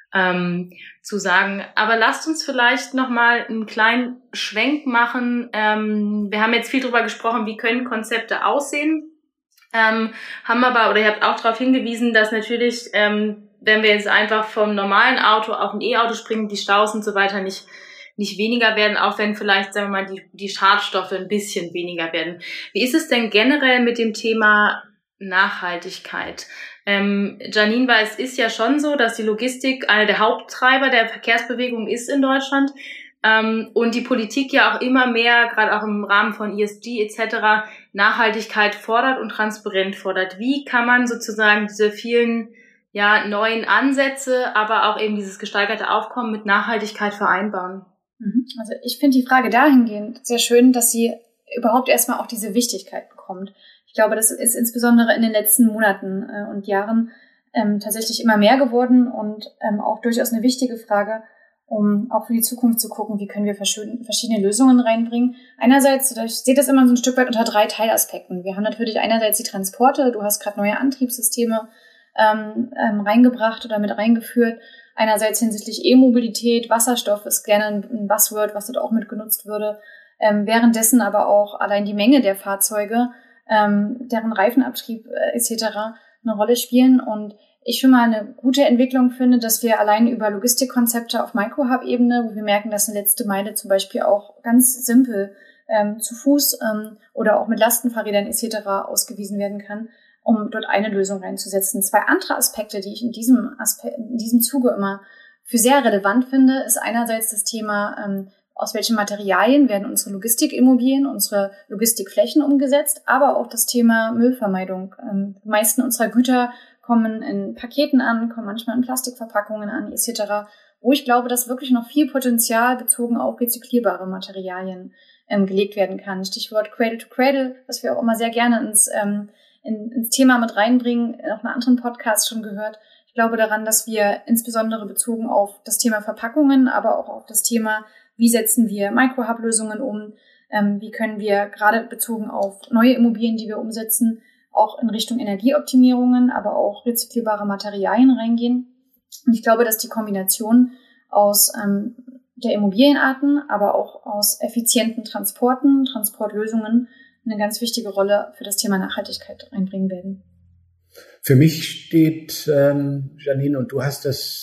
ähm, zu sagen. Aber lasst uns vielleicht nochmal einen kleinen Schwenk machen. Ähm, wir haben jetzt viel drüber gesprochen, wie können Konzepte aussehen. Ähm, haben aber, oder ihr habt auch darauf hingewiesen, dass natürlich, ähm, wenn wir jetzt einfach vom normalen Auto auf ein E-Auto springen, die Staus und so weiter nicht nicht weniger werden, auch wenn vielleicht, sagen wir mal, die, die Schadstoffe ein bisschen weniger werden. Wie ist es denn generell mit dem Thema Nachhaltigkeit? Ähm, Janine, weil es ist ja schon so, dass die Logistik einer der Haupttreiber der Verkehrsbewegung ist in Deutschland. Ähm, und die Politik ja auch immer mehr, gerade auch im Rahmen von E S G et cetera, Nachhaltigkeit fordert und transparent fordert. Wie kann man sozusagen diese vielen ja neuen Ansätze, aber auch eben dieses gesteigerte Aufkommen mit Nachhaltigkeit vereinbaren? Also ich finde die Frage dahingehend sehr schön, dass sie überhaupt erstmal auch diese Wichtigkeit bekommt. Ich glaube, das ist insbesondere in den letzten Monaten äh, und Jahren ähm, tatsächlich immer mehr geworden und ähm, auch durchaus eine wichtige Frage, um auch für die Zukunft zu gucken, wie können wir verschiedene Lösungen reinbringen. Einerseits, ich sehe das immer so ein Stück weit unter drei Teilaspekten. Wir haben natürlich einerseits die Transporte, du hast gerade neue Antriebssysteme ähm, ähm, reingebracht oder mit reingeführt. Einerseits hinsichtlich E-Mobilität, Wasserstoff ist gerne ein Buzzword, was dort auch mit genutzt würde. Ähm, währenddessen aber auch allein die Menge der Fahrzeuge, ähm, deren Reifenabtrieb äh, et cetera eine Rolle spielen. Und ich schon mal eine gute Entwicklung finde, dass wir allein über Logistikkonzepte auf Micro-Hub-Ebene, wo wir merken, dass eine letzte Meile zum Beispiel auch ganz simpel ähm, zu Fuß ähm, oder auch mit Lastenfahrrädern et cetera ausgewiesen werden kann, um dort eine Lösung reinzusetzen. Zwei andere Aspekte, die ich in diesem Aspekt, in diesem Zuge immer für sehr relevant finde, ist einerseits das Thema, ähm, aus welchen Materialien werden unsere Logistikimmobilien, unsere Logistikflächen umgesetzt, aber auch das Thema Müllvermeidung. Ähm, die meisten unserer Güter kommen in Paketen an, kommen manchmal in Plastikverpackungen an et cetera, wo ich glaube, dass wirklich noch viel Potenzial bezogen auf rezyklierbare Materialien ähm, gelegt werden kann. Stichwort Cradle to Cradle, was wir auch immer sehr gerne ins, ähm, in, ins Thema mit reinbringen, auch in einem anderen Podcast schon gehört. Ich glaube daran, dass wir insbesondere bezogen auf das Thema Verpackungen, aber auch auf das Thema, wie setzen wir Micro-Hub-Lösungen um, ähm, wie können wir gerade bezogen auf neue Immobilien, die wir umsetzen, auch in Richtung Energieoptimierungen, aber auch rezyklierbare Materialien reingehen. Und ich glaube, dass die Kombination aus ähm, der Immobilienarten, aber auch aus effizienten Transporten, Transportlösungen eine ganz wichtige Rolle für das Thema Nachhaltigkeit einbringen werden. Für mich steht, ähm, Janine, und du hast das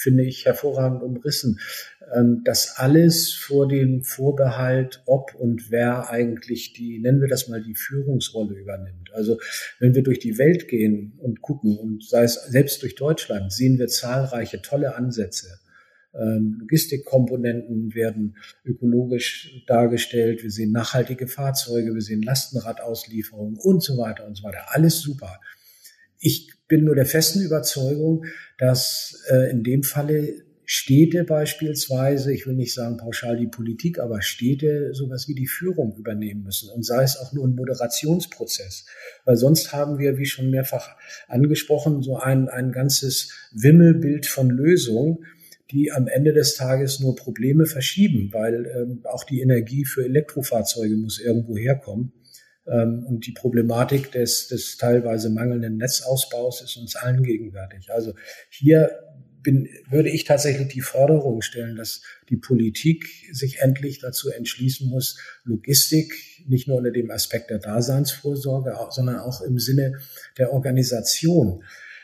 finde ich, hervorragend umrissen. Das alles vor dem Vorbehalt, ob und wer eigentlich die, nennen wir das mal, die Führungsrolle übernimmt. Also wenn wir durch die Welt gehen und gucken, und sei es selbst durch Deutschland, sehen wir zahlreiche tolle Ansätze. Logistikkomponenten werden ökologisch dargestellt. Wir sehen nachhaltige Fahrzeuge, wir sehen Lastenradauslieferungen und so weiter und so weiter. Alles super. Ich bin nur der festen Überzeugung, dass äh, in dem Falle Städte beispielsweise, ich will nicht sagen pauschal die Politik, aber Städte sowas wie die Führung übernehmen müssen und sei es auch nur ein Moderationsprozess. Weil sonst haben wir, wie schon mehrfach angesprochen, so ein, ein ganzes Wimmelbild von Lösungen, die am Ende des Tages nur Probleme verschieben, weil ähm, auch die Energie für Elektrofahrzeuge muss irgendwo herkommen. Ähm, und die Problematik des, des teilweise mangelnden Netzausbaus ist uns allen gegenwärtig. Also hier bin, würde ich tatsächlich die Forderung stellen, dass die Politik sich endlich dazu entschließen muss, Logistik nicht nur unter dem Aspekt der Daseinsvorsorge, sondern auch im Sinne der Organisation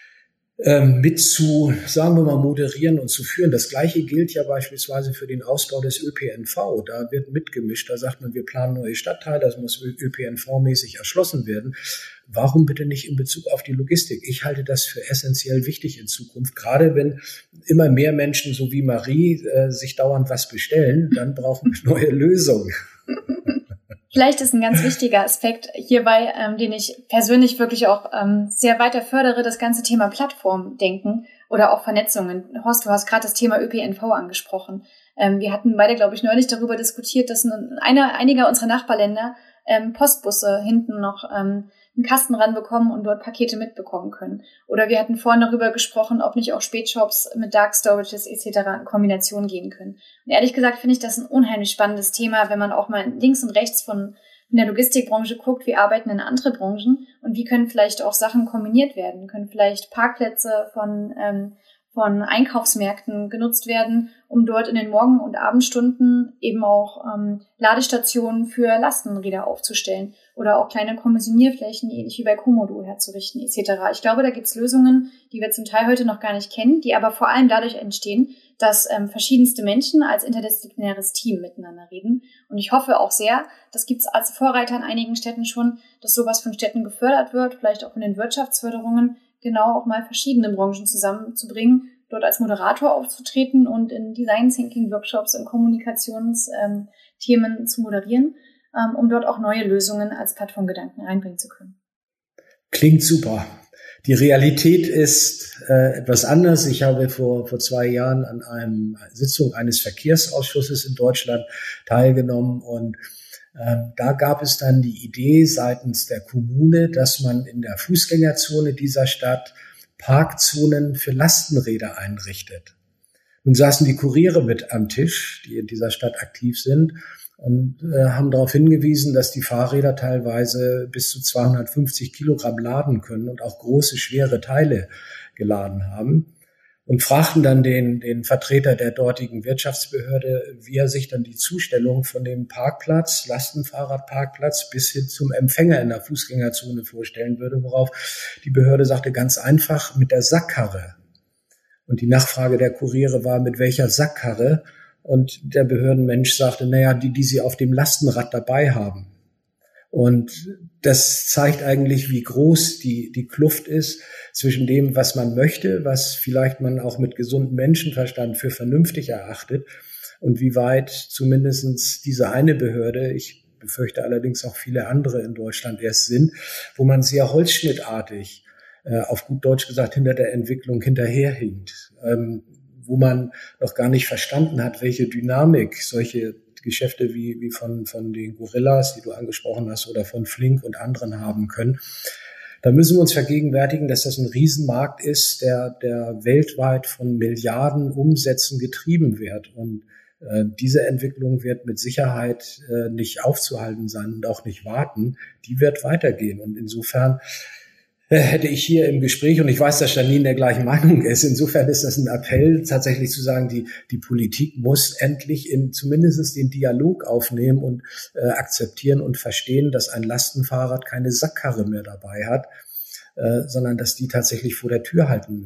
mit zu, sagen wir mal, moderieren und zu führen. Das Gleiche gilt ja beispielsweise für den Ausbau des Ö P N V. Da wird mitgemischt. Da sagt man, wir planen neue Stadtteile, das muss Ö P N V-mäßig erschlossen werden. Warum bitte nicht in Bezug auf die Logistik? Ich halte das für essentiell wichtig in Zukunft. Gerade wenn immer mehr Menschen, so wie Marie, äh, sich dauernd was bestellen, dann brauchen wir neue Lösungen. Vielleicht ist ein ganz wichtiger Aspekt hierbei, ähm, den ich persönlich wirklich auch ähm, sehr weiter fördere, das ganze Thema Plattformdenken oder auch Vernetzungen. Horst, du hast gerade das Thema Ö P N V angesprochen. Ähm, wir hatten beide, glaube ich, neulich darüber diskutiert, dass in einer, einiger unserer Nachbarländer ähm, Postbusse hinten noch ähm, einen Kasten ranbekommen und dort Pakete mitbekommen können. Oder wir hatten vorhin darüber gesprochen, ob nicht auch Spätshops mit Dark Storages et cetera in Kombination gehen können. Und ehrlich gesagt finde ich das ein unheimlich spannendes Thema, wenn man auch mal links und rechts von der Logistikbranche guckt, wie arbeiten denn andere Branchen und wie können vielleicht auch Sachen kombiniert werden, können vielleicht Parkplätze von ähm, von Einkaufsmärkten genutzt werden, um dort in den Morgen- und Abendstunden eben auch ähm, Ladestationen für Lastenräder aufzustellen oder auch kleine Kommissionierflächen, ähnlich wie bei Komodo, herzurichten et cetera. Ich glaube, da gibt es Lösungen, die wir zum Teil heute noch gar nicht kennen, die aber vor allem dadurch entstehen, dass ähm, verschiedenste Menschen als interdisziplinäres Team miteinander reden. Und ich hoffe auch sehr, das gibt es als Vorreiter in einigen Städten schon, dass sowas von Städten gefördert wird, vielleicht auch von den Wirtschaftsförderungen, genau auch mal verschiedene Branchen zusammenzubringen, dort als Moderator aufzutreten und in Design Thinking Workshops und Kommunikationsthemen ähm, zu moderieren, ähm, um dort auch neue Lösungen als Plattformgedanken reinbringen zu können. Klingt super. Die Realität ist äh, etwas anders. Ich habe vor vor zwei Jahren an einer Sitzung eines Verkehrsausschusses in Deutschland teilgenommen und Ähm, da gab es dann die Idee seitens der Kommune, dass man in der Fußgängerzone dieser Stadt Parkzonen für Lastenräder einrichtet. Nun saßen die Kuriere mit am Tisch, die in dieser Stadt aktiv sind, und äh, haben darauf hingewiesen, dass die Fahrräder teilweise bis zu zweihundertfünfzig Kilogramm laden können und auch große, schwere Teile geladen haben. Und fragten dann den, den Vertreter der dortigen Wirtschaftsbehörde, wie er sich dann die Zustellung von dem Parkplatz, Lastenfahrradparkplatz, bis hin zum Empfänger in der Fußgängerzone vorstellen würde, worauf die Behörde sagte, ganz einfach mit der Sackkarre. Und die Nachfrage der Kuriere war, mit welcher Sackkarre? Und der Behördenmensch sagte, naja, die, die sie auf dem Lastenrad dabei haben. Und das zeigt eigentlich, wie groß die, die Kluft ist zwischen dem, was man möchte, was vielleicht man auch mit gesundem Menschenverstand für vernünftig erachtet und wie weit zumindest diese eine Behörde, ich befürchte allerdings auch viele andere in Deutschland erst sind, wo man sehr holzschnittartig, äh, auf gut Deutsch gesagt, hinter der Entwicklung hinterherhinkt, ähm, wo man noch gar nicht verstanden hat, welche Dynamik solche Geschäfte wie, wie von, von den Gorillas, die du angesprochen hast, oder von Flink und anderen haben können. Da müssen wir uns vergegenwärtigen, dass das ein Riesenmarkt ist, der, der weltweit von Milliarden Umsätzen getrieben wird. Und äh, diese Entwicklung wird mit Sicherheit äh, nicht aufzuhalten sein und auch nicht warten. Die wird weitergehen. Und insofern hätte ich hier im Gespräch, und ich weiß, dass Janine der gleichen Meinung ist, insofern ist das ein Appell, tatsächlich zu sagen, die, die Politik muss endlich in zumindest den Dialog aufnehmen und äh, akzeptieren und verstehen, dass ein Lastenfahrrad keine Sackkarre mehr dabei hat, äh, sondern dass die tatsächlich vor der Tür halten müssen.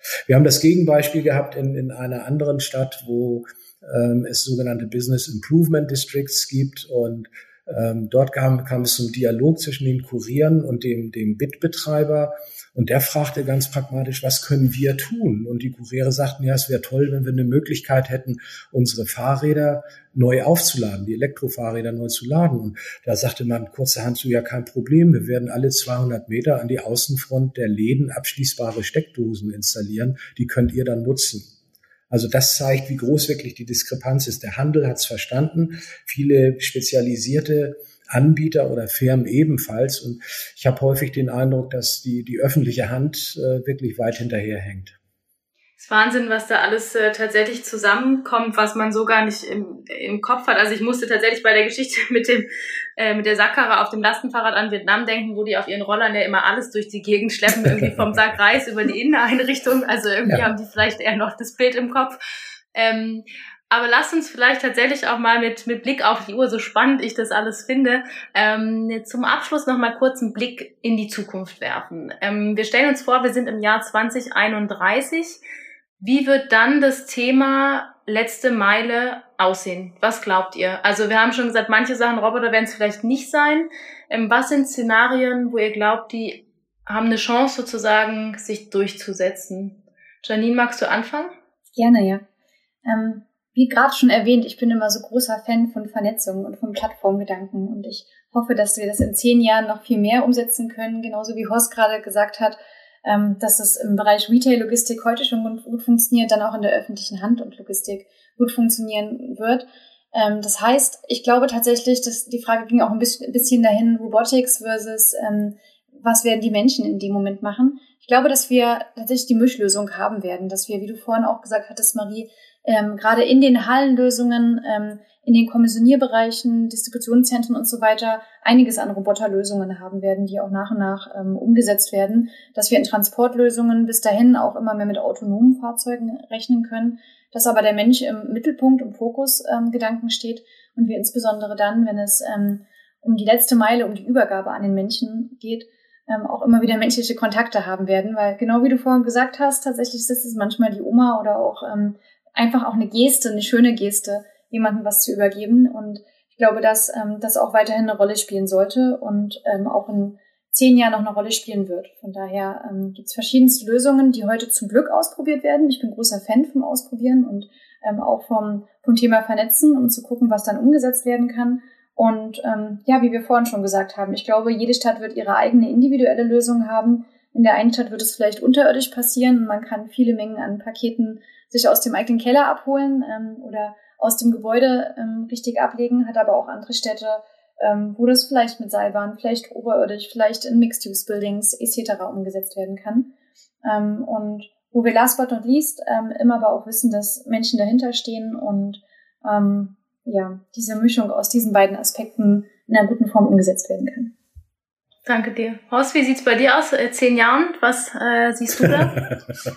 Wir haben das Gegenbeispiel gehabt in, in einer anderen Stadt, wo ähm, es sogenannte Business Improvement Districts gibt und ähm, dort kam, kam es zum Dialog zwischen den Kurieren und dem, dem B I T-Betreiber und der fragte ganz pragmatisch, was können wir tun? Und die Kuriere sagten, ja, es wäre toll, wenn wir eine Möglichkeit hätten, unsere Fahrräder neu aufzuladen, die Elektrofahrräder neu zu laden. Und da sagte man kurzerhand so, ja, kein Problem, wir werden alle zweihundert Meter an die Außenfront der Läden abschließbare Steckdosen installieren, die könnt ihr dann nutzen. Also das zeigt, wie groß wirklich die Diskrepanz ist. Der Handel hat es verstanden, viele spezialisierte Anbieter oder Firmen ebenfalls. Und ich habe häufig den Eindruck, dass die, die öffentliche Hand äh, wirklich weit hinterherhängt. Es ist Wahnsinn, was da alles äh, tatsächlich zusammenkommt, was man so gar nicht im, im Kopf hat. Also ich musste tatsächlich bei der Geschichte mit dem äh, mit der Sackkarre auf dem Lastenfahrrad an Vietnam denken, wo die auf ihren Rollern ja immer alles durch die Gegend schleppen, irgendwie vom Sack Reis über die Inneneinrichtung. Also irgendwie ja. haben die vielleicht eher noch das Bild im Kopf. Ähm, aber lasst uns vielleicht tatsächlich auch mal mit mit Blick auf die Uhr, so spannend ich das alles finde, ähm, zum Abschluss noch mal kurz einen Blick in die Zukunft werfen. Ähm, wir stellen uns vor, wir sind im Jahr zwanzig einunddreißig. Wie wird dann das Thema letzte Meile aussehen? Was glaubt ihr? Also wir haben schon gesagt, manche Sachen, Roboter werden es vielleicht nicht sein. Ähm, was sind Szenarien, wo ihr glaubt, die haben eine Chance sozusagen, sich durchzusetzen? Janine, magst du anfangen? Gerne, ja. Ähm, wie gerade schon erwähnt, ich bin immer so großer Fan von Vernetzung und von Plattformgedanken und ich hoffe, dass wir das in zehn Jahren noch viel mehr umsetzen können, genauso wie Horst gerade gesagt hat, Ähm, dass es im Bereich Retail-Logistik heute schon gut, gut funktioniert, dann auch in der öffentlichen Hand- und Logistik gut funktionieren wird. Ähm, das heißt, ich glaube tatsächlich, dass die Frage ging auch ein bisschen, ein bisschen dahin, Robotics versus ähm, was werden die Menschen in dem Moment machen. Ich glaube, dass wir tatsächlich die Mischlösung haben werden, dass wir, wie du vorhin auch gesagt hattest, Marie, ähm, gerade in den Hallenlösungen, ähm, in den Kommissionierbereichen, Distributionszentren und so weiter einiges an Roboterlösungen haben werden, die auch nach und nach ähm, umgesetzt werden, dass wir in Transportlösungen bis dahin auch immer mehr mit autonomen Fahrzeugen rechnen können, dass aber der Mensch im Mittelpunkt, im Fokus ähm, Gedanken steht und wir insbesondere dann, wenn es ähm, um die letzte Meile, um die Übergabe an den Menschen geht, ähm, auch immer wieder menschliche Kontakte haben werden, weil genau wie du vorhin gesagt hast, tatsächlich ist es manchmal die Oma oder auch ähm, einfach auch eine Geste, eine schöne Geste, jemandem was zu übergeben. Und ich glaube, dass ähm, das auch weiterhin eine Rolle spielen sollte und ähm, auch in zehn Jahren noch eine Rolle spielen wird. Von daher ähm, gibt es verschiedenste Lösungen, die heute zum Glück ausprobiert werden. Ich bin großer Fan vom Ausprobieren und ähm, auch vom, vom Thema Vernetzen, um zu gucken, was dann umgesetzt werden kann. Und ähm, ja, wie wir vorhin schon gesagt haben, ich glaube, jede Stadt wird ihre eigene individuelle Lösung haben. In der einen Stadt wird es vielleicht unterirdisch passieren und man kann viele Mengen an Paketen sich aus dem eigenen Keller abholen ähm, oder aus dem Gebäude ähm, richtig ablegen, hat aber auch andere Städte, ähm, wo das vielleicht mit Seilbahn, vielleicht oberirdisch, vielleicht in Mixed-Use-Buildings et cetera umgesetzt werden kann. Ähm, und wo wir last but not least ähm, immer aber auch wissen, dass Menschen dahinter stehen und ähm, ja diese Mischung aus diesen beiden Aspekten in einer guten Form umgesetzt werden kann. Danke dir. Horst, wie sieht's bei dir aus? Äh, zehn Jahren, was äh, siehst du da?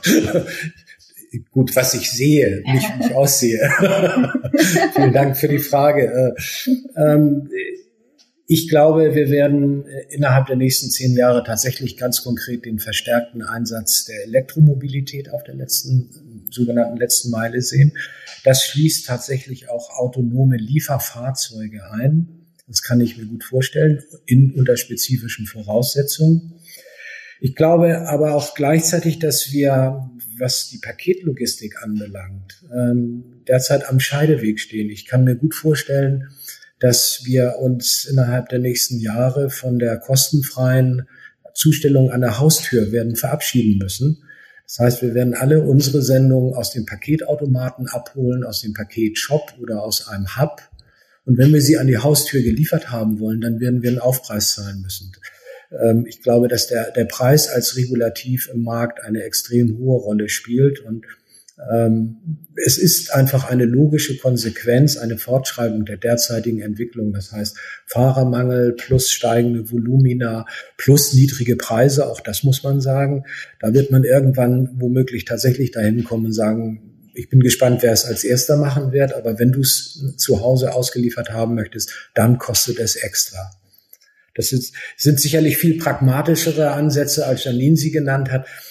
Gut, was ich sehe, nicht wie ich aussehe. Vielen Dank für die Frage. Ähm, ich glaube, wir werden innerhalb der nächsten zehn Jahre tatsächlich ganz konkret den verstärkten Einsatz der Elektromobilität auf der letzten, sogenannten letzten Meile sehen. Das schließt tatsächlich auch autonome Lieferfahrzeuge ein. Das kann ich mir gut vorstellen, in unter spezifischen Voraussetzungen. Ich glaube aber auch gleichzeitig, dass wir, was die Paketlogistik anbelangt, ähm, derzeit am Scheideweg stehen. Ich kann mir gut vorstellen, dass wir uns innerhalb der nächsten Jahre von der kostenfreien Zustellung an der Haustür werden verabschieden müssen. Das heißt, wir werden alle unsere Sendungen aus dem Paketautomaten abholen, aus dem Paketshop oder aus einem Hub. Und wenn wir sie an die Haustür geliefert haben wollen, dann werden wir einen Aufpreis zahlen müssen. Ähm, ich glaube, dass der, der Preis als Regulativ im Markt eine extrem hohe Rolle spielt. Und ähm, es ist einfach eine logische Konsequenz, eine Fortschreibung der derzeitigen Entwicklung. Das heißt, Fahrermangel plus steigende Volumina plus niedrige Preise, auch das muss man sagen. Da wird man irgendwann womöglich tatsächlich dahin kommen und sagen, ich bin gespannt, wer es als Erster machen wird, aber wenn du es zu Hause ausgeliefert haben möchtest, dann kostet es extra. Das ist, sind sicherlich viel pragmatischere Ansätze, als Janine sie genannt hat.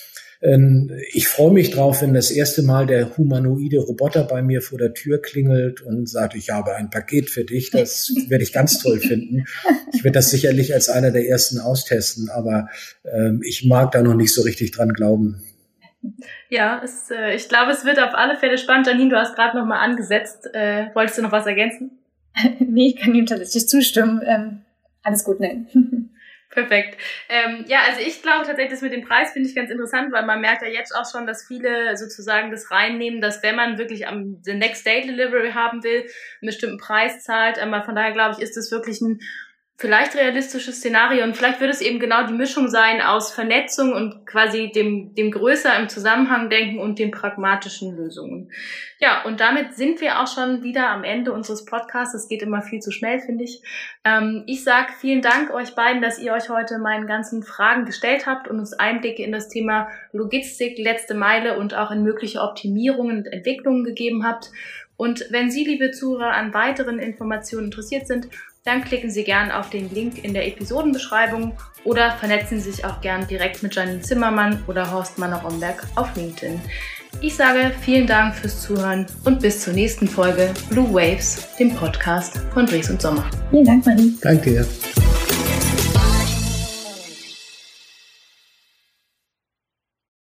Ich freue mich drauf, wenn das erste Mal der humanoide Roboter bei mir vor der Tür klingelt und sagt, ich habe ein Paket für dich. Das werde ich ganz toll finden. Ich werde das sicherlich als einer der ersten austesten, aber ähm, ich mag da noch nicht so richtig dran glauben. Ja, es, äh, ich glaube, es wird auf alle Fälle spannend. Janine, du hast gerade noch mal angesetzt. Äh, wolltest du noch was ergänzen? Nee, ich kann ihm tatsächlich zustimmen. Ähm, alles gut, nein. Perfekt. Ähm, ja, also ich glaube tatsächlich, das mit dem Preis finde ich ganz interessant, weil man merkt ja jetzt auch schon, dass viele sozusagen das reinnehmen, dass wenn man wirklich am the Next Day Delivery haben will, einen bestimmten Preis zahlt. Aber von daher glaube ich, ist das wirklich ein vielleicht realistisches Szenario und vielleicht wird es eben genau die Mischung sein aus Vernetzung und quasi dem dem größer im Zusammenhang denken und den pragmatischen Lösungen. Ja, und damit sind wir auch schon wieder am Ende unseres Podcasts. Es geht immer viel zu schnell, finde ich. Ähm, ich sage vielen Dank euch beiden, dass ihr euch heute meinen ganzen Fragen gestellt habt und uns Einblicke in das Thema Logistik, letzte Meile und auch in mögliche Optimierungen und Entwicklungen gegeben habt. Und wenn Sie, liebe Zuhörer, an weiteren Informationen interessiert sind, dann klicken Sie gern auf den Link in der Episodenbeschreibung oder vernetzen Sie sich auch gern direkt mit Janine Zimmermann oder Horst Manner-Romberg auf LinkedIn. Ich sage vielen Dank fürs Zuhören und bis zur nächsten Folge Blue Waves, dem Podcast von Dres und Sommer. Vielen Dank, Marie. Danke dir.